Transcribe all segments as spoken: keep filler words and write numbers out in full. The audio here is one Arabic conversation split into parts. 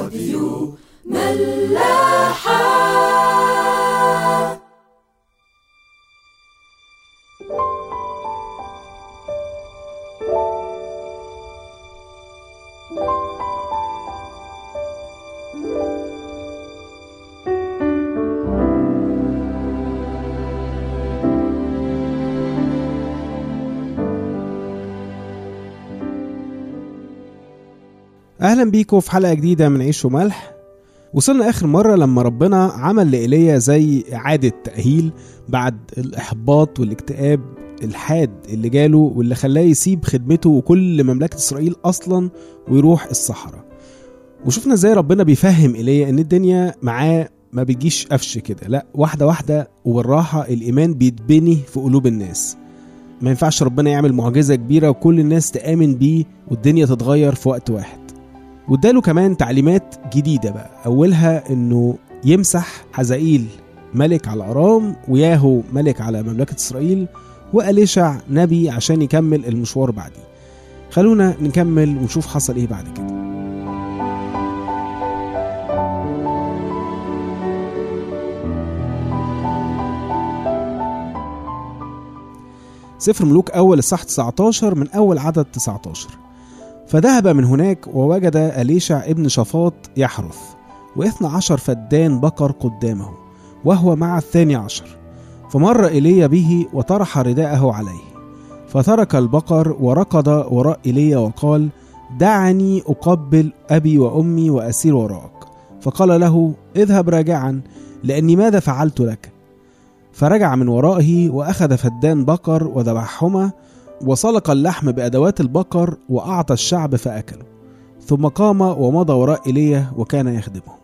راديو ملاحة. أهلا بيكم في حلقة جديدة من عيش وملح. وصلنا آخر مرة لما ربنا عمل لإيليا زي إعادة تأهيل بعد الإحباط والاكتئاب الحاد اللي جاله واللي خلاه يسيب خدمته وكل مملكة إسرائيل أصلا ويروح الصحراء. وشوفنا ازاي ربنا بيفهم إيليا ان الدنيا معاه ما بيجيش قفش كده، لا واحدة واحدة وبالراحة الإيمان بيتبني في قلوب الناس. ما ينفعش ربنا يعمل معجزة كبيرة وكل الناس تآمن بيه والدنيا تتغير في وقت واحد. واداله كمان تعليمات جديدة بقى، أولها أنه يمسح حزائيل ملك على أرام وياهو ملك على مملكة إسرائيل وأليشع نبي عشان يكمل المشوار بعدي. خلونا نكمل ونشوف حصل إيه بعد كده. سفر ملوك أول الصح تسعة عشر من أول عدد تسعة عشر. فذهب من هناك ووجد أليشع ابن شافاط يحرث واثنى عشر فدان بقر قدامه وهو مع الثاني عشر. فمر إيليا به وطرح رداءه عليه فترك البقر وركض وراء إيليا وقال: دعني أقبل أبي وأمي وأسير وراءك. فقال له: اذهب راجعا، لأني ماذا فعلت لك؟ فرجع من ورائه وأخذ فدان بقر وذبحهما وسلق اللحم بأدوات البقر وأعطى الشعب فأكلوا، ثم قام ومضى وراء إيليا وكان يخدمه.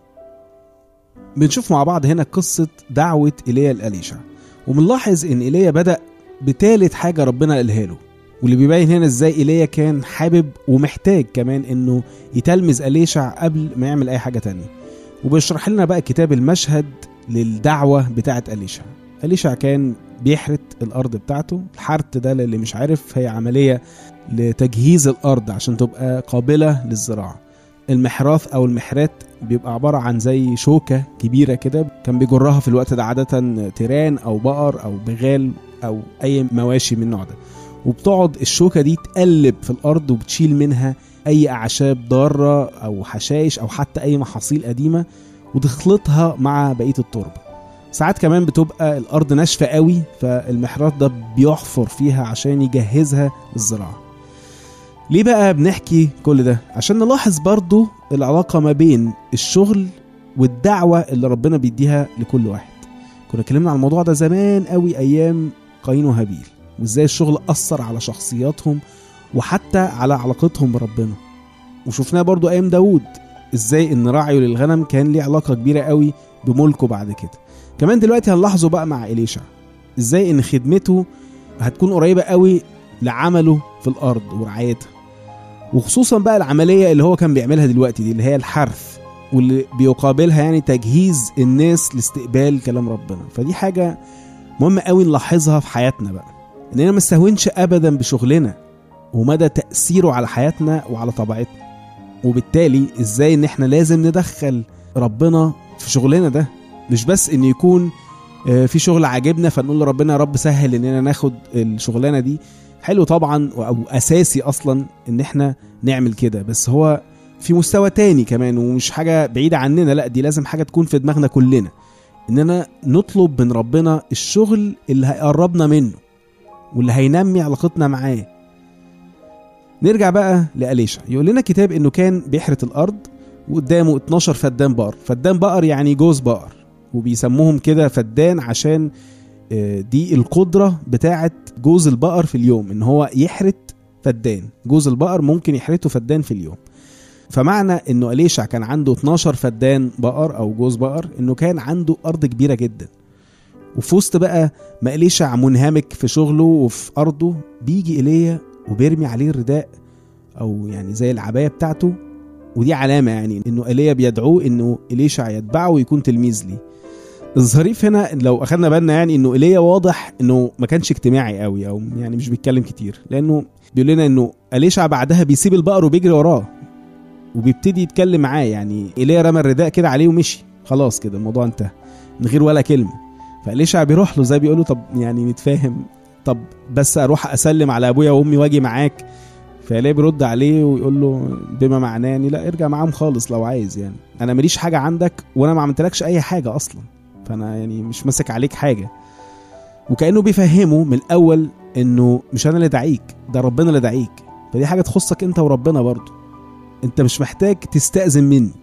بنشوف مع بعض هنا قصة دعوة إيليا لأليشع، ومنلاحظ إن إيليا بدأ بثالث حاجة ربنا قالها له، واللي بيبين هنا إزاي إيليا كان حابب ومحتاج كمان إنه يتلمذ أليشع قبل ما يعمل أي حاجة تانية. وبيشرح لنا بقى كتاب المشهد للدعوة بتاعة أليشع. أليشع كان بيحرث الأرض بتاعته. الحرث ده اللي مش عارف هي عملية لتجهيز الأرض عشان تبقى قابلة للزراعة. المحراث أو المحرات بيبقى عبارة عن زي شوكة كبيرة كده، كان بيجرها في الوقت ده عادة تيران أو بقر أو بغال أو أي مواشي من النوع ده، وبتقعد الشوكة دي تقلب في الأرض وبتشيل منها أي أعشاب ضارة أو حشائش أو حتى أي محاصيل قديمة وتخلطها مع بقية التربة. ساعات كمان بتبقى الأرض ناشفة قوي، فالمحراث ده بيحفر فيها عشان يجهزها للزراعة. ليه بقى بنحكي كل ده؟ عشان نلاحظ برضو العلاقة ما بين الشغل والدعوة اللي ربنا بيديها لكل واحد. كنا اتكلمنا عن الموضوع ده زمان قوي أيام قايين وهابيل، وإزاي الشغل أثر على شخصياتهم وحتى على علاقتهم بربنا. وشفناه برضو أيام داود، إزاي إن رعيه للغنم كان ليه علاقة كبيرة قوي بملكه بعد كده. كمان دلوقتي هنلاحظه بقى مع إليشع إزاي إن خدمته هتكون قريبة قوي لعمله في الأرض ورعايتها، وخصوصا بقى العملية اللي هو كان بيعملها دلوقتي دي اللي هي الحرث، واللي بيقابلها يعني تجهيز الناس لاستقبال كلام ربنا. فدي حاجة مهمة قوي نلاحظها في حياتنا بقى، إننا ما نستهونش أبدا بشغلنا ومدى تأثيره على حياتنا وعلى طبيعتنا، وبالتالي إزاي إن إحنا لازم ندخل ربنا في شغلنا ده. مش بس إن يكون في شغل عاجبنا فنقول لربنا يا رب سهل إننا ناخد الشغلانة دي، حلو طبعا أو أساسي أصلا إن إحنا نعمل كده، بس هو في مستوى تاني كمان ومش حاجة بعيدة عننا، لا دي لازم حاجة تكون في دماغنا كلنا، إننا نطلب من ربنا الشغل اللي هيقربنا منه واللي هينمي علاقتنا معاه. نرجع بقى لأليشع. يقول لنا كتاب إنه كان بيحرث الأرض وقدامه اتناشر فدان بقر. فدان بقر يعني جوز بقر، وبيسموهم كده فدان عشان دي القدرة بتاعة جوز البقر في اليوم، إن هو يحرث فدان. جوز البقر ممكن يحرثه فدان في اليوم. فمعنى إنه أليشع كان عنده اتناشر فدان بقر أو جوز بقر، إنه كان عنده أرض كبيرة جدا. وفي وسط بقى ما أليشع منهمك في شغله وفي أرضه، بيجي إيليا وبيرمي عليه الرداء أو يعني زي العباية بتاعته، ودي علامة يعني إنه إيليا بيدعوه إنه إليشع يتبعه ويكون تلميذ لي. الظريف هنا لو أخذنا بالنا يعني إنه إيليا واضح إنه ما كانش اجتماعي قوي أو يعني مش بيتكلم كتير، لأنه بيقول لنا إنه إليشع بعدها بيسيب البقر وبيجري وراه. وبيبتدي يتكلم معاه. يعني إيليا رمى الرداء كده عليه ومشي، خلاص كده الموضوع انتهى من غير ولا كلمة. فإليشع بيروح له زي بيقوله طب يعني نتفاهم، طب بس أروح أسلم على أبويا وأمي واجي معاك. فإيليا بيرد عليه ويقول له بما معناني لا ارجع معاهم خالص لو عايز، يعني أنا ماليش حاجة عندك وأنا ما عملتلكش أي حاجة أصلا، فأنا يعني مش ماسك عليك حاجة. وكأنه بيفهمه من الأول إنه مش أنا اللي دعيك، ده ربنا اللي دعيك، فدي حاجة تخصك أنت وربنا برضو، أنت مش محتاج تستأذن مني.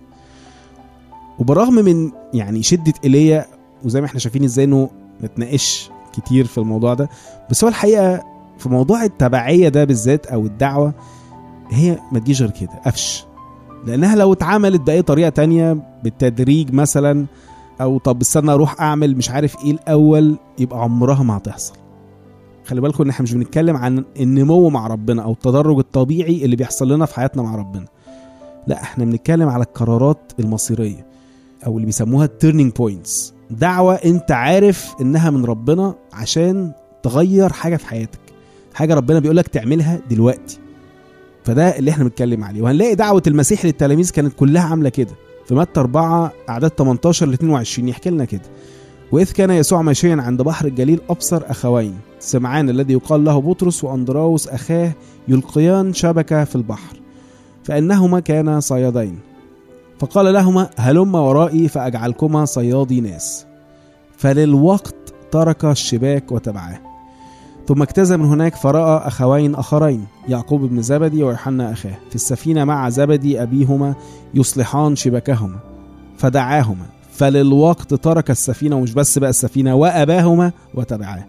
وبرغم من يعني شدة إيليا وزي ما احنا شايفين ازاي انه متناقش كتير في الموضوع ده، بس هو الحقيقة في موضوع التبعية ده بالذات او الدعوة هي ما تجيش غير كده قفش. لانها لو اتعملت بأي طريقة تانية بالتدريج مثلا، او طب استنى اروح اعمل مش عارف ايه الاول، يبقى عمرها ما هتحصل. خلي بالكم ان احنا مش بنتكلم عن النمو مع ربنا او التدرج الطبيعي اللي بيحصل لنا في حياتنا مع ربنا، لا احنا بنتكلم على القرارات المصيرية او اللي بيسموها turning points. دعوة انت عارف انها من ربنا عشان تغير حاجة في حياتك، حاجة ربنا بيقولك تعملها دلوقتي. فده اللي احنا بنتكلم عليه. وهنلاقي دعوة المسيح للتلاميذ كانت كلها عاملة كده في متى أربعة أعداد ثمانية عشر لاثنين وعشرين يحكي لنا كده: وإذ كان يسوع ماشيا عند بحر الجليل أبصر أخوين، سمعان الذي يقال له بطرس وأندراوس أخاه يلقيان شبكة في البحر، فإنهما كانا صيادين. فقال لهما: هلما ورائي فأجعلكما صيادي ناس. فللوقت ترك الشباك وتبعاه. ثم اجتاز من هناك فرأى أخوين آخرين، يعقوب بن زبدي ويوحنا أخاه، في السفينة مع زبدي أبيهما يصلحان شبكهما، فدعاهما. فللوقت ترك السفينة، ومش بس بقى السفينة، وأباهما وتبعاه.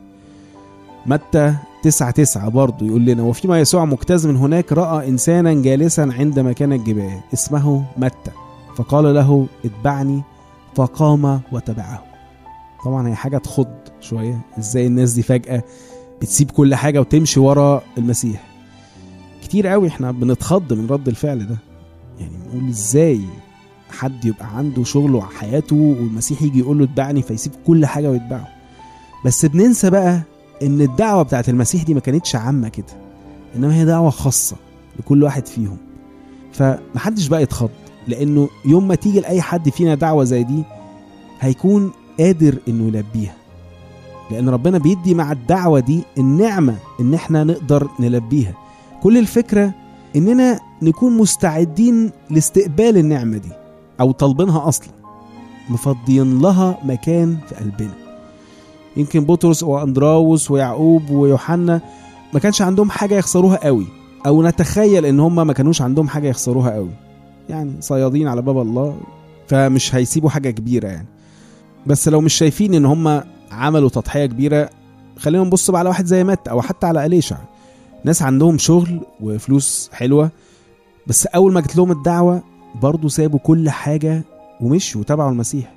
متى تسعة تسعة برضو يقول لنا: وفيما يسوع مجتاز من هناك رأى إنسانا جالسا عند مكان الجبال اسمه متى، فقال له: اتبعني، فقام وتبعه. طبعا هي حاجة تخض شوية، ازاي الناس دي فجأة بتسيب كل حاجة وتمشي ورا المسيح. كتير قوي احنا بنتخض من رد الفعل ده، يعني نقول ازاي حد يبقى عنده شغله وحياته والمسيح يجي يقول له اتبعني فيسيب كل حاجة ويتبعه. بس بننسى بقى ان الدعوة بتاعت المسيح دي ما كانتش عامة كده، انما هي دعوة خاصة لكل واحد فيهم. فمحدش بقى يتخض، لانه يوم ما تيجي لأي حد فينا دعوة زي دي هيكون قادر انه يلبيها، لان ربنا بيدي مع الدعوة دي النعمة ان احنا نقدر نلبيها. كل الفكرة اننا نكون مستعدين لاستقبال النعمة دي او طلبينها اصلا، مفضيين لها مكان في قلبنا. يمكن بطرس واندراوس ويعقوب ويوحنا ما كانش عندهم حاجة يخسروها قوي، او نتخيل ان هم ما كانوش عندهم حاجة يخسروها قوي، يعني صيادين على باب الله فمش هيسيبوا حاجة كبيرة يعني. بس لو مش شايفين ان هم عملوا تضحية كبيرة، خلينا نبص بقى على واحد زي متى او حتى على إليشع، ناس عندهم شغل وفلوس حلوة، بس اول ما جت لهم الدعوة برضو سابوا كل حاجة ومشوا وتابعوا المسيح،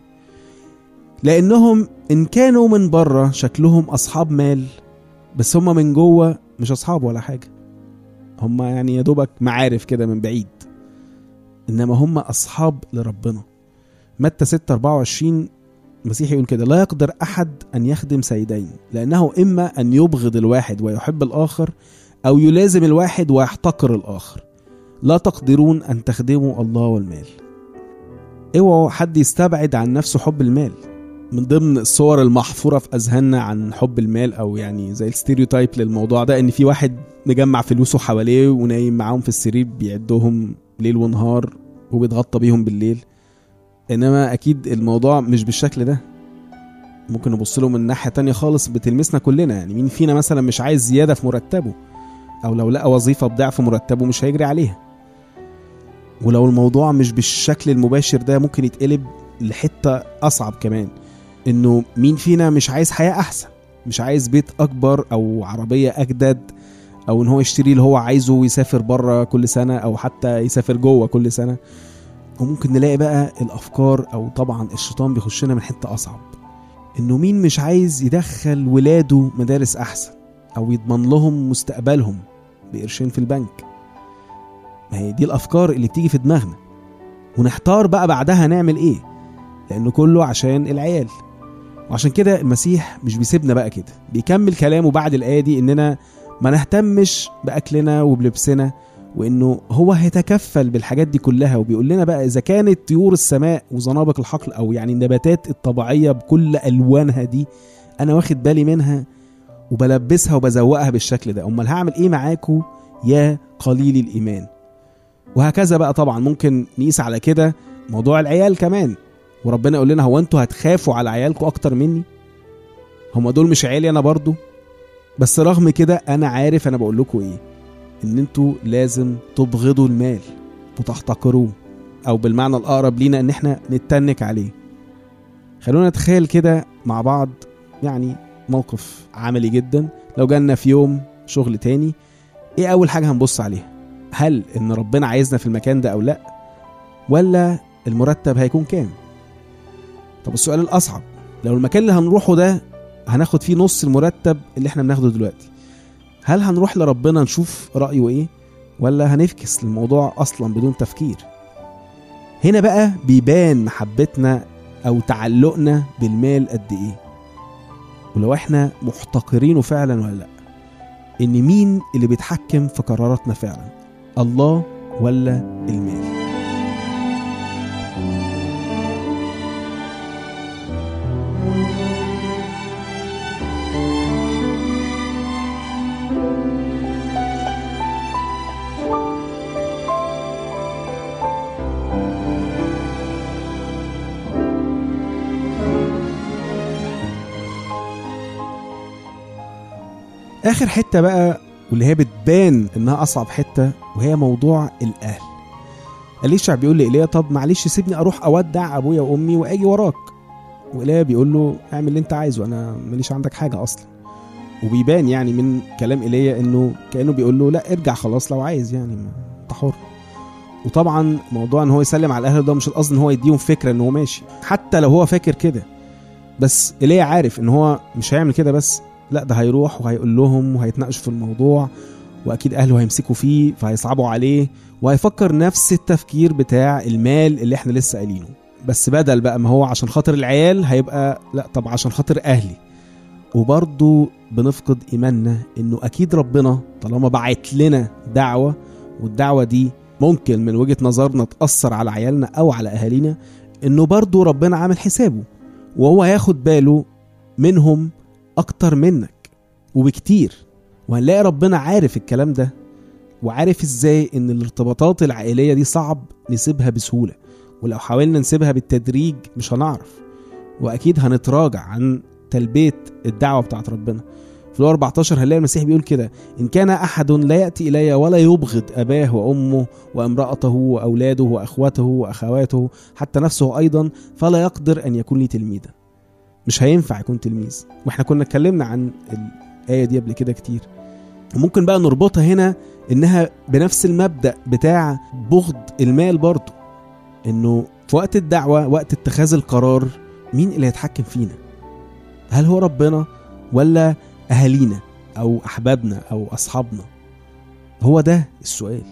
لانهم ان كانوا من بره شكلهم اصحاب مال، بس هم من جوه مش اصحاب ولا حاجة، هم يعني يا دوبك معارف كده من بعيد، انما هم اصحاب لربنا. متى ستة أربعة وعشرين المسيح يقول كده: لا يقدر أحد أن يخدم سيدين، لأنه إما أن يبغض الواحد ويحب الآخر، أو يلازم الواحد ويحتقر الآخر. لا تقدرون أن تخدموا الله والمال. اوعوا حد يستبعد عن نفسه حب المال. من ضمن الصور المحفورة في أذهاننا عن حب المال، أو يعني زي الستيريوتايب للموضوع ده، إن في واحد مجمع فلوسه حواليه ونايم معاهم في السرير بيعدهم ليل ونهار وبيتغطى بيهم بالليل. انما اكيد الموضوع مش بالشكل ده. ممكن نبص له من ناحية تانية خالص بتلمسنا كلنا، يعني مين فينا مثلا مش عايز زيادة في مرتبه، او لو لقى وظيفة بضعف مرتبه مش هيجري عليها. ولو الموضوع مش بالشكل المباشر ده ممكن يتقلب لحتة اصعب كمان، انه مين فينا مش عايز حياة احسن، مش عايز بيت اكبر او عربية اجدد، او ان هو يشتري اللي هو عايزه ويسافر بره كل سنة، او حتى يسافر جوه كل سنة. وممكن نلاقي بقى الأفكار، أو طبعا الشيطان بيخشنا من حتة أصعب، إنه مين مش عايز يدخل ولاده مدارس أحسن، أو يضمن لهم مستقبلهم بقرشين في البنك. ما هي دي الأفكار اللي بتيجي في دماغنا، ونحتار بقى بعدها نعمل إيه، لأنه كله عشان العيال. وعشان كده المسيح مش بيسيبنا بقى كده، بيكمل كلامه بعد الآية دي إننا ما نهتمش بأكلنا وبلبسنا، وانه هو هيتكفل بالحاجات دي كلها. وبيقول لنا بقى اذا كانت طيور السماء وزنابق الحقل او يعني النباتات الطبيعية بكل الوانها دي انا واخد بالي منها وبلبسها وبزوقها بالشكل ده، امال هعمل ايه معاكو يا قليل الايمان؟ وهكذا بقى. طبعا ممكن نقيس على كده موضوع العيال كمان، وربنا يقول لنا هو انتوا هتخافوا على عيالكم اكتر مني؟ هم دول مش عيالي انا برضو؟ بس رغم كده انا عارف انا بقول لكم ايه، ان انتوا لازم تبغضوا المال وتحتقروه، او بالمعنى الاقرب لينا ان احنا نتنك عليه. خلونا نتخيل كده مع بعض يعني موقف عملي جدا. لو جالنا في يوم شغل تاني، ايه اول حاجة هنبص عليها؟ هل ان ربنا عايزنا في المكان ده او لا؟ ولا المرتب هيكون كام؟ طب السؤال الاصعب، لو المكان اللي هنروحه ده هناخد فيه نص المرتب اللي احنا بناخده دلوقتي، هل هنروح لربنا نشوف رأيه ايه، ولا هنفكس للموضوع اصلا بدون تفكير؟ هنا بقى بيبان محبتنا او تعلقنا بالمال قد ايه، ولو احنا محتقرينه فعلا ولا لا. ان مين اللي بيتحكم في قراراتنا فعلا، الله ولا المال؟ آخر حتة بقى واللي هي بتبان إنها أصعب حتة، وهي موضوع الأهل. أليشع بيقول لإيليا طب معلش سيبني أروح أودع أبويا وأمي وأجي وراك. وإيليا بيقول له اعمل اللي أنت عايزه، أنا ماليش عندك حاجة أصلا. وبيبان يعني من كلام إيليا إنه كأنه بيقول له لا ارجع خلاص لو عايز، يعني أنت حر. وطبعا موضوع إن هو يسلم على الأهل ده مش القصد إن هو يديهم فكرة إن هو ماشي، حتى لو هو فاكر كده. بس إيليا عارف إن هو مش هيعمل كده بس، لا ده هيروح وهيقول لهم وهيتناقشوا في الموضوع، واكيد اهله هيمسكوا فيه فهيصعبوا عليه، وهيفكر نفس التفكير بتاع المال اللي احنا لسه قايلينه. بس بدل بقى ما هو عشان خاطر العيال هيبقى لا طب عشان خاطر اهلي. وبرضو بنفقد ايماننا انه اكيد ربنا طالما بعت لنا دعوة، والدعوة دي ممكن من وجهة نظرنا تأثر على عيالنا او على اهالينا، انه برضو ربنا عامل حسابه وهو هياخد باله منهم اكتر منك وبكتير. وهنلاقي ربنا عارف الكلام ده، وعارف ازاي ان الارتباطات العائلية دي صعب نسيبها بسهولة، ولو حاولنا نسيبها بالتدريج مش هنعرف، واكيد هنتراجع عن تلبية الدعوة بتاعت ربنا. في الآية أربعتاشر هنلاقي المسيح بيقول كده: إن كان أحد لا يأتي إلي ولا يبغض أباه وأمه وامرأته وأولاده وأخوته وأخواته حتى نفسه أيضا فلا يقدر أن يكون لي تلميذا. مش هينفع يكون تلميذ. واحنا كنا اتكلمنا عن الآية دي قبل كده كتير، وممكن بقى نربطها هنا إنها بنفس المبدأ بتاع بغض المال برضو، إنه في وقت الدعوة وقت اتخاذ القرار مين اللي هيتحكم فينا؟ هل هو ربنا ولا أهالينا أو أحبابنا أو أصحابنا؟ هو ده السؤال.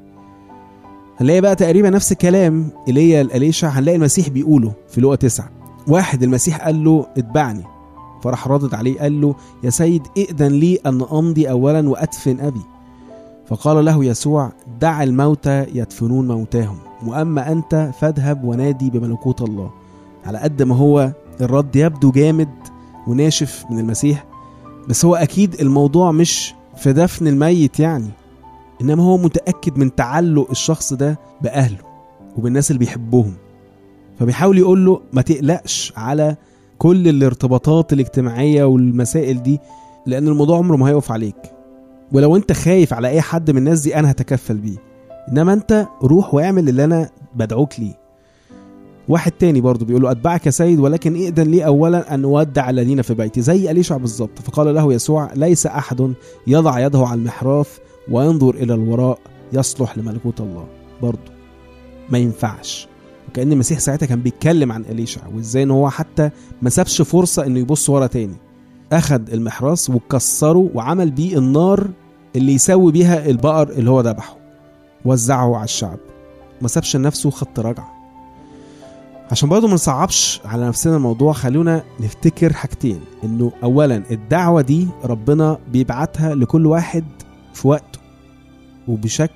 هنلاقي بقى تقريبا نفس الكلام إيليا لأليشع هنلاقي المسيح بيقوله في لوقا تسعة. واحد المسيح قال له اتبعني، فراح ردد عليه قال له: يا سيد ائذن لي أن أمضي أولا وأدفن أبي. فقال له يسوع: دع الموتى يدفنون موتاهم، وأما أنت فاذهب ونادي بملكوت الله. على قد ما هو الرد يبدو جامد وناشف من المسيح، بس هو أكيد الموضوع مش في دفن الميت يعني، إنما هو متأكد من تعلق الشخص ده بأهله وبالناس اللي بيحبوهم، فبيحاول يقول له ما تقلقش على كل الارتباطات الاجتماعية والمسائل دي، لأن الموضوع عمره ما هيقف عليك، ولو انت خايف على أي حد من الناس دي أنا هتكفل بيه، إنما انت روح واعمل اللي أنا بدعوك ليه. واحد تاني برضو بيقول له: أتبعك يا سيد، ولكن ائذن لي أولا أن أودع الذين في بيتي، زي أليشع بالظبط. فقال له يسوع: ليس أحد يضع يده على المحراث وينظر إلى الوراء يصلح لملكوت الله. برضو ما ينفعش. وكأن المسيح ساعتها كان بيتكلم عن أليشع، وإزاي إن هو حتى ما سابش فرصة إنه يبص ورا تاني، أخد المحراث وكسره وعمل بيه النار اللي يسوي بيها البقر اللي هو ذبحه، وزعه على الشعب، ما سابش لنفسه خط رجعه. عشان برضو ما نصعبش على نفسنا الموضوع، خلونا نفتكر حاجتين: إنه أولا الدعوة دي ربنا بيبعتها لكل واحد في وقته وبشكل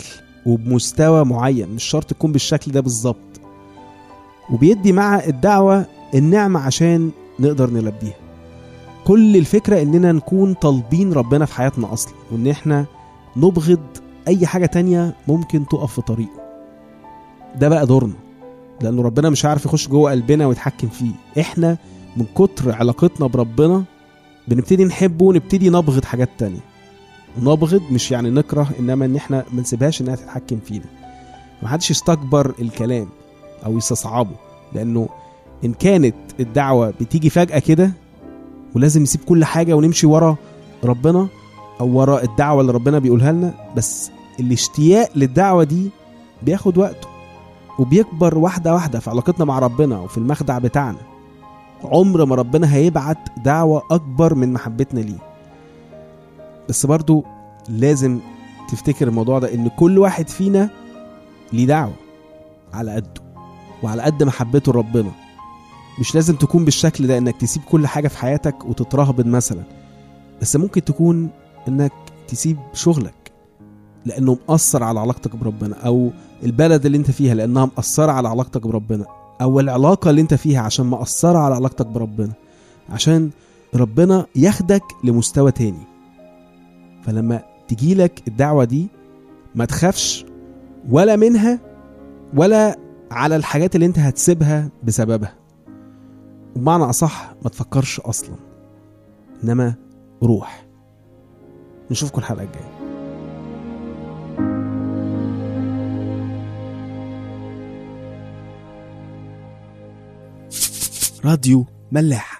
وبمستوى معين، مش شرط تكون بالشكل ده بالظبط. وبيدي مع الدعوة النعمة عشان نقدر نلبيها. كل الفكرة اننا نكون طالبين ربنا في حياتنا اصلا، وان احنا نبغض اي حاجة تانية ممكن تقف في طريقه. ده بقى دورنا، لانه ربنا مش عارف يخش جوه قلبنا ويتحكم فيه. احنا من كتر علاقتنا بربنا بنبتدي نحبه ونبتدي نبغض حاجات تانية. نبغض مش يعني نكره، انما ان احنا ما نسيبهاش انها تتحكم فينا. محدش يستكبر الكلام او يستصعبه، لانه ان كانت الدعوة بتيجي فجأة كده ولازم نسيب كل حاجة ونمشي ورا ربنا او ورا الدعوة اللي ربنا بيقولها لنا، بس الاشتياق للدعوة دي بياخد وقته وبيكبر واحدة واحدة في علاقتنا مع ربنا وفي المخدع بتاعنا. عمر ما ربنا هيبعت دعوة أكبر من محبتنا ليه. بس برضو لازم تفتكر الموضوع ده، إن كل واحد فينا ليه دعوة على قده وعلى قد محبته لربنا. مش لازم تكون بالشكل ده إنك تسيب كل حاجة في حياتك وتترهبن مثلا، بس ممكن تكون إنك تسيب شغلك لأنه مأثر على علاقتك بربنا، أو البلد اللي انت فيها لأنها مأثرة على علاقتك بربنا، أو العلاقة اللي انت فيها عشان مأثرة على علاقتك بربنا، عشان ربنا ياخدك لمستوى تاني. فلما تجيلك الدعوة دي ما تخافش ولا منها ولا على الحاجات اللي انت هتسيبها بسببها. وبمعنى أصح ما تفكرش أصلا، إنما روح. نشوفكم الحلقة الجاية. راديو ملاح.